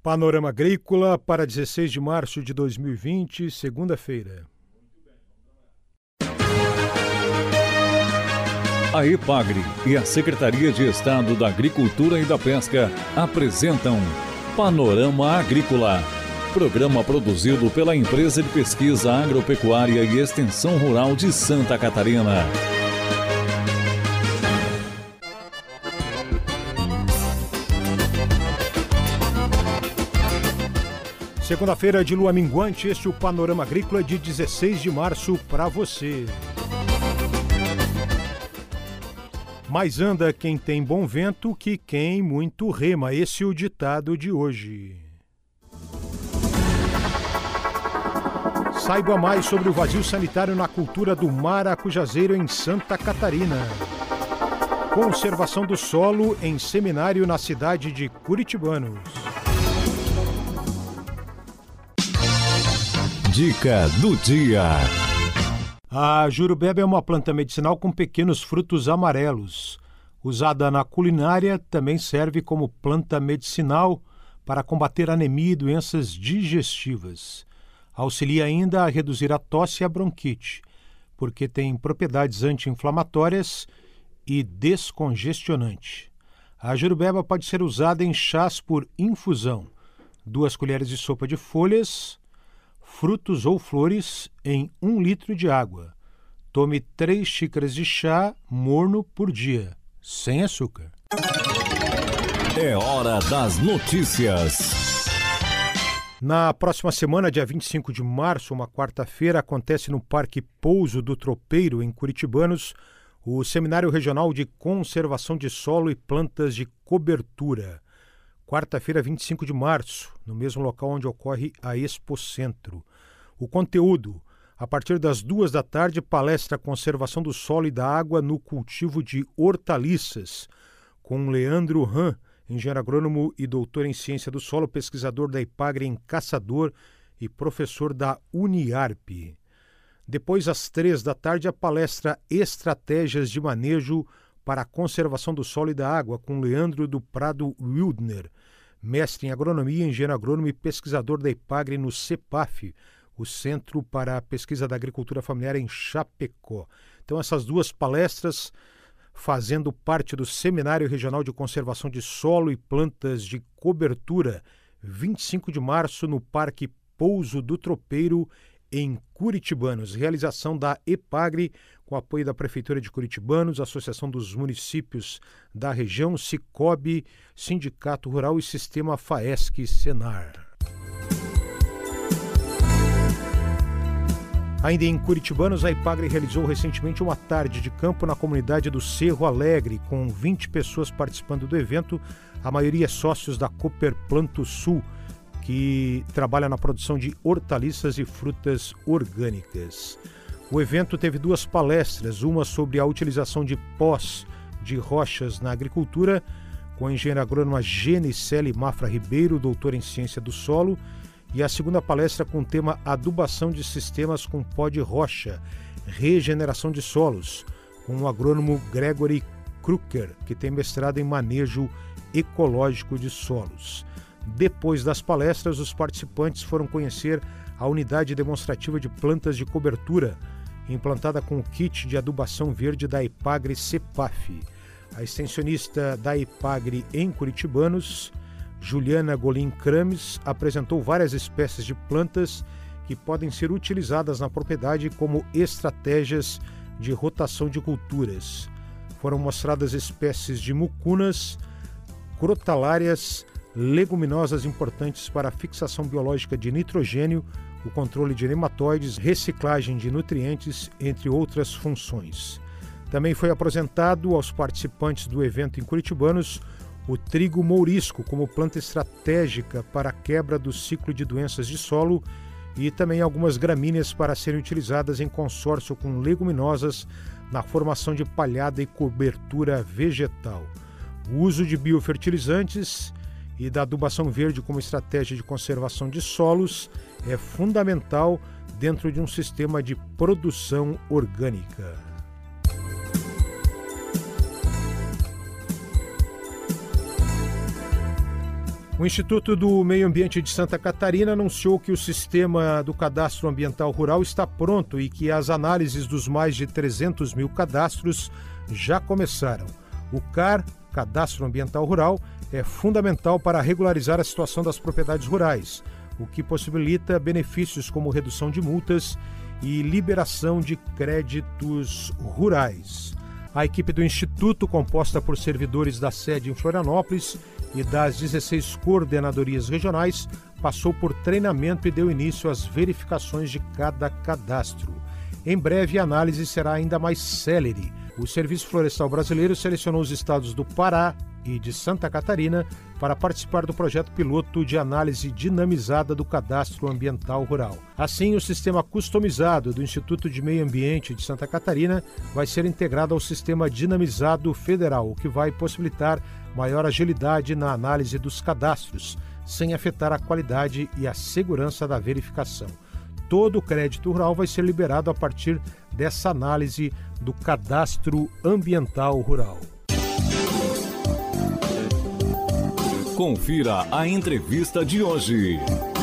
Panorama Agrícola para 16 de março de 2020, segunda-feira. A EPAGRE e a Secretaria de Estado da Agricultura e da Pesca apresentam Panorama Agrícola, programa produzido pela Empresa de Pesquisa Agropecuária e Extensão Rural de Santa Catarina. Segunda-feira de lua minguante, este é o Panorama Agrícola de 16 de março para você. Mais anda quem tem bom vento que quem muito rema. Esse é o ditado de hoje. Saiba mais sobre o vazio sanitário na cultura do maracujazeiro em Santa Catarina. Conservação do solo em seminário na cidade de Curitibanos. Dica do dia. A jurubeba é uma planta medicinal com pequenos frutos amarelos. Usada na culinária, também serve como planta medicinal para combater anemia e doenças digestivas. Auxilia ainda a reduzir a tosse e a bronquite, porque tem propriedades anti-inflamatórias e descongestionante. A jurubeba pode ser usada em chás por infusão. 2 colheres de sopa de folhas, frutos ou flores em 1 litro de água. Tome 3 xícaras de chá morno por dia, sem açúcar. É hora das notícias. Na próxima semana, dia 25 de março, uma quarta-feira, acontece no Parque Pouso do Tropeiro, em Curitibanos, o Seminário Regional de Conservação de Solo e Plantas de Cobertura. Quarta-feira, 25 de março, no mesmo local onde ocorre a Expo Centro. O conteúdo: a partir das 2 da tarde, palestra Conservação do Solo e da Água no Cultivo de Hortaliças, com Leandro Ram, engenheiro agrônomo e doutor em Ciência do Solo, pesquisador da EPAGRE em Caçador e professor da Uniarp. Depois, às 3 da tarde, a palestra Estratégias de Manejo para a Conservação do Solo e da Água, com Leandro do Prado Wildner, mestre em agronomia, engenheiro agrônomo e pesquisador da EPAGRE no CEPAF, o Centro para a Pesquisa da Agricultura Familiar em Chapecó. Então, essas 2 palestras fazendo parte do Seminário Regional de Conservação de Solo e Plantas de Cobertura, 25 de março, no Parque Pouso do Tropeiro, em Curitibanos. Realização da EPAGRE, com apoio da Prefeitura de Curitibanos, Associação dos Municípios da Região, Sicobi, Sindicato Rural e Sistema FAESC-Senar. Ainda em Curitibanos, a EPAGRE realizou recentemente uma tarde de campo na comunidade do Cerro Alegre, com 20 pessoas participando do evento, a maioria sócios da Cooper Planto Sul, que trabalha na produção de hortaliças e frutas orgânicas. O evento teve 2 palestras, uma sobre a utilização de pós de rochas na agricultura, com a engenheira agrônoma Genicele Mafra Ribeiro, doutora em Ciência do Solo, e a segunda palestra com o tema Adubação de Sistemas com Pó de Rocha, Regeneração de Solos, com o agrônomo Gregory Krucker, que tem mestrado em Manejo Ecológico de Solos. Depois das palestras, os participantes foram conhecer a unidade demonstrativa de plantas de cobertura, implantada com o kit de adubação verde da EPAGRE CEPAF. A extensionista da EPAGRE em Curitibanos, Juliana Golim Crames, apresentou várias espécies de plantas que podem ser utilizadas na propriedade como estratégias de rotação de culturas. Foram mostradas espécies de mucunas, crotalárias, leguminosas importantes para a fixação biológica de nitrogênio, o controle de nematóides, reciclagem de nutrientes, entre outras funções. Também foi apresentado aos participantes do evento em Curitibanos o trigo mourisco como planta estratégica para a quebra do ciclo de doenças de solo e também algumas gramíneas para serem utilizadas em consórcio com leguminosas na formação de palhada e cobertura vegetal. O uso de biofertilizantes e da adubação verde como estratégia de conservação de solos é fundamental dentro de um sistema de produção orgânica. O Instituto do Meio Ambiente de Santa Catarina anunciou que o sistema do Cadastro Ambiental Rural está pronto e que as análises dos mais de 300 mil cadastros já começaram. O CAR, Cadastro Ambiental Rural, é fundamental para regularizar a situação das propriedades rurais, o que possibilita benefícios como redução de multas e liberação de créditos rurais. A equipe do Instituto, composta por servidores da sede em Florianópolis e das 16 coordenadorias regionais, passou por treinamento e deu início às verificações de cada cadastro. Em breve, a análise será ainda mais célere. O Serviço Florestal Brasileiro selecionou os estados do Pará e de Santa Catarina para participar do projeto piloto de análise dinamizada do Cadastro Ambiental Rural. Assim, o sistema customizado do Instituto de Meio Ambiente de Santa Catarina vai ser integrado ao sistema dinamizado federal, o que vai possibilitar maior agilidade na análise dos cadastros, sem afetar a qualidade e a segurança da verificação. Todo o crédito rural vai ser liberado a partir dessa análise do Cadastro Ambiental Rural. Confira a entrevista de hoje.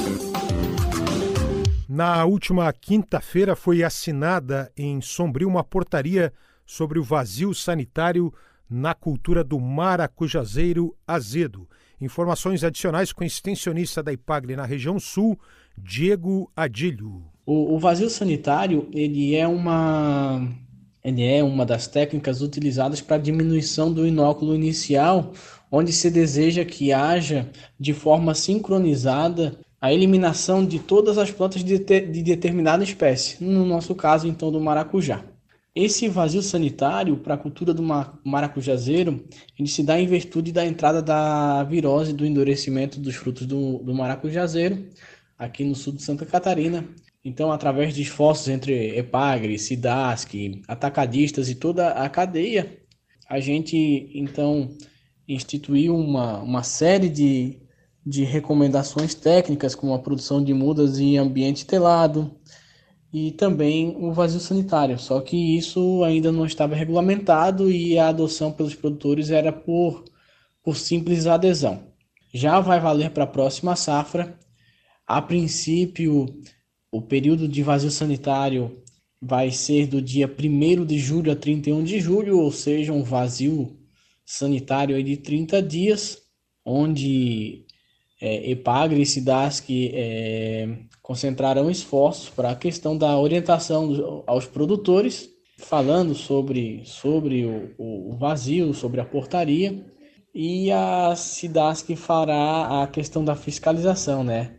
Na última quinta-feira foi assinada em Sombrio uma portaria sobre o vazio sanitário na cultura do maracujazeiro azedo. Informações adicionais com o extensionista da IPAGRE na região sul, Diego Adílio. O vazio sanitário ele é uma das técnicas utilizadas para a diminuição do inóculo inicial, onde se deseja que haja, de forma sincronizada, a eliminação de todas as plantas de determinada espécie, no nosso caso, então, do maracujá. Esse vazio sanitário para a cultura do maracujazeiro, ele se dá em virtude da entrada da virose do endurecimento dos frutos do maracujazeiro, aqui no sul de Santa Catarina. Então, através de esforços entre EPAGRE, SIDASC, atacadistas e toda a cadeia, a gente, então, instituiu uma série de recomendações técnicas, como a produção de mudas em ambiente telado e também o vazio sanitário. Só que isso ainda não estava regulamentado e a adoção pelos produtores era por simples adesão. Já vai valer para a próxima safra. A princípio, o período de vazio sanitário vai ser do dia 1º de julho a 31 de julho, ou seja, um vazio sanitário de 30 dias, onde EPAGRE e SIDASC concentrarão esforços para a questão da orientação aos produtores, falando sobre o vazio, sobre a portaria, e a SIDASC fará a questão da fiscalização, né?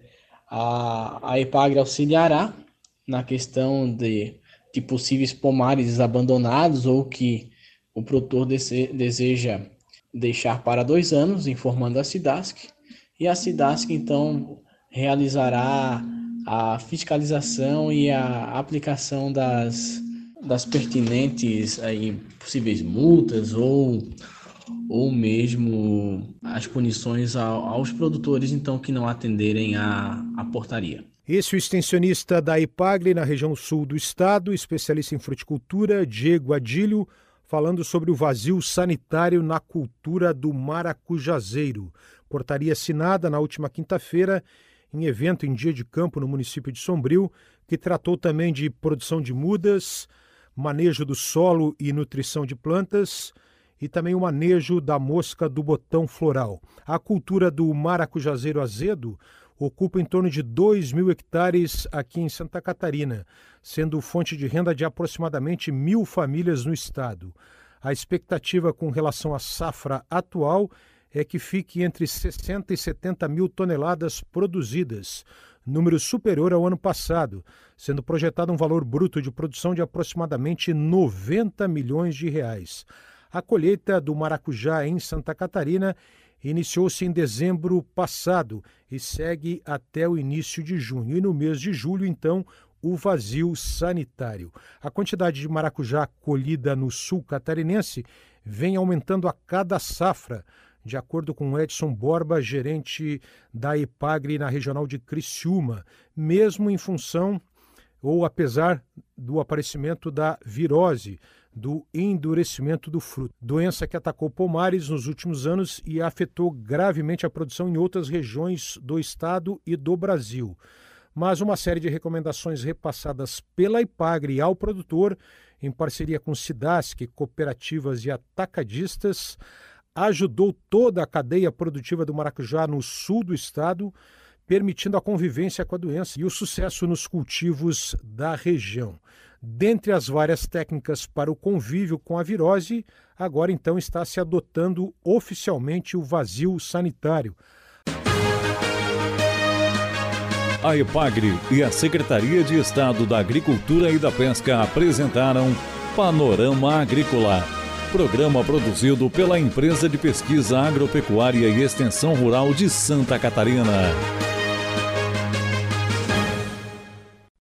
A EPAGRE auxiliará na questão de possíveis pomares abandonados ou que o produtor deseja deixar para 2 anos, informando a SIDASC, e a SIDASC, então, realizará a fiscalização e a aplicação das pertinentes possíveis multas ou mesmo as punições aos produtores, então, que não atenderem à portaria. Esse é o extensionista da IPAGRE na região sul do estado, especialista em fruticultura, Diego Adílio, falando sobre o vazio sanitário na cultura do maracujazeiro. Portaria assinada na última quinta-feira em evento em dia de campo no município de Sombrio, que tratou também de produção de mudas, manejo do solo e nutrição de plantas e também o manejo da mosca do botão floral. A cultura do maracujazeiro azedo ocupa em torno de 2.000 hectares aqui em Santa Catarina, sendo fonte de renda de aproximadamente 1.000 famílias no estado. A expectativa com relação à safra atual é que fique entre 60 e 70 mil toneladas produzidas, número superior ao ano passado, sendo projetado um valor bruto de produção de aproximadamente 90 milhões de reais. A colheita do maracujá em Santa Catarina iniciou-se em dezembro passado e segue até o início de junho. E no mês de julho, então, o vazio sanitário. A quantidade de maracujá colhida no sul catarinense vem aumentando a cada safra, de acordo com Edson Borba, gerente da IPAGRE na regional de Criciúma, mesmo em função ou apesar do aparecimento da virose, do endurecimento do fruto. Doença que atacou pomares nos últimos anos e afetou gravemente a produção em outras regiões do estado e do Brasil. Mas uma série de recomendações repassadas pela Ipagre ao produtor, em parceria com Sidasc, cooperativas e atacadistas, ajudou toda a cadeia produtiva do maracujá no sul do estado, permitindo a convivência com a doença e o sucesso nos cultivos da região. Dentre as várias técnicas para o convívio com a virose, agora então está se adotando oficialmente o vazio sanitário. A Ipagre e a Secretaria de Estado da Agricultura e da Pesca apresentaram Panorama Agrícola, programa produzido pela Empresa de Pesquisa Agropecuária e Extensão Rural de Santa Catarina.